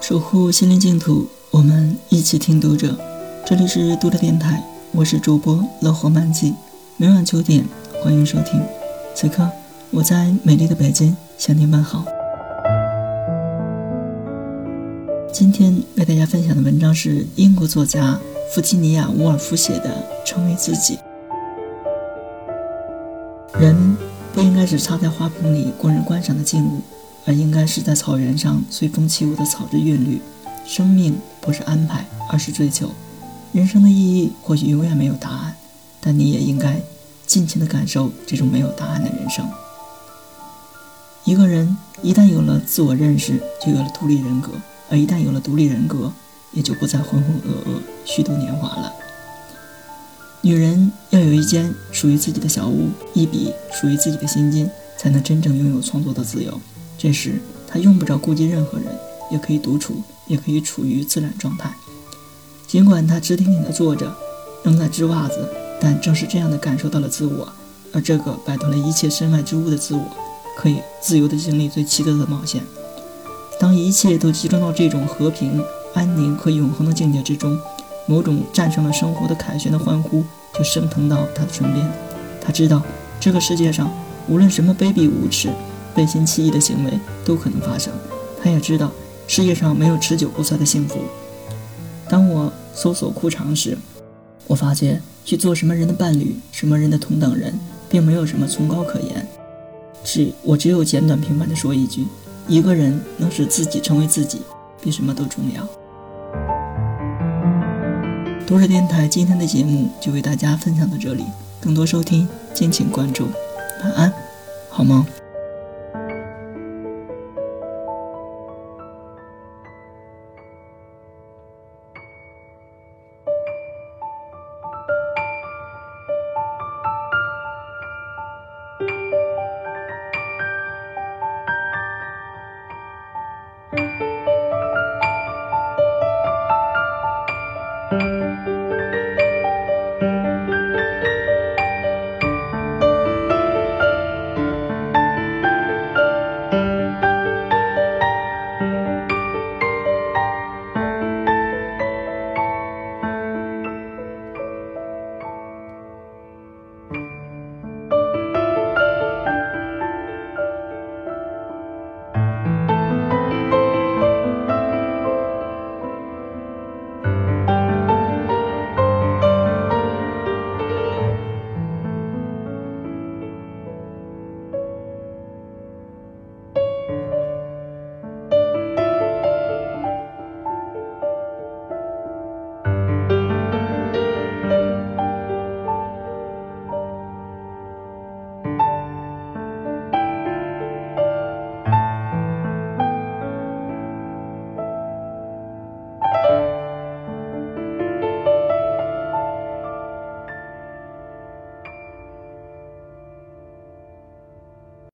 守护心灵净土，我们一起听读者。这里是读者电台，我是主播乐活漫记，每晚9点欢迎收听。此刻我在美丽的北京向您问好。今天为大家分享的文章是英国作家弗吉尼亚·沃尔夫写的《成为自己》。人不应该是插在花瓶里供人观赏的静物，而应该是在草原上随风起舞的草之韵律。生命不是安排，而是追求。人生的意义或许永远没有答案，但你也应该尽情地感受这种没有答案的人生。一个人一旦有了自我认识，就有了独立人格，而一旦有了独立人格，也就不再浑浑噩噩虚度年华了。女人要有一间属于自己的小屋，一笔属于自己的心经，才能真正拥有创作的自由。这时她用不着顾及任何人，也可以独处，也可以处于自然状态。尽管她直挺挺地坐着，仍在织袜子，但正是这样的感受到了自我，而这个摆脱了一切身外之物的自我，可以自由地经历最奇特的冒险。当一切都集中到这种和平、安宁和永恒的境界之中，某种战胜了生活的凯旋的欢呼就升腾到他的唇边。他知道这个世界上无论什么卑鄙无耻、背信弃义的行为都可能发生。他也知道世界上没有持久不衰的幸福。当我搜索裤长时，我发觉去做什么人的伴侣、什么人的同等人，并没有什么崇高可言。我只有简短平凡地说一句：一个人能使自己成为自己，比什么都重要。读者电台今天的节目就为大家分享到这里，更多收听敬请关注。晚安，好梦。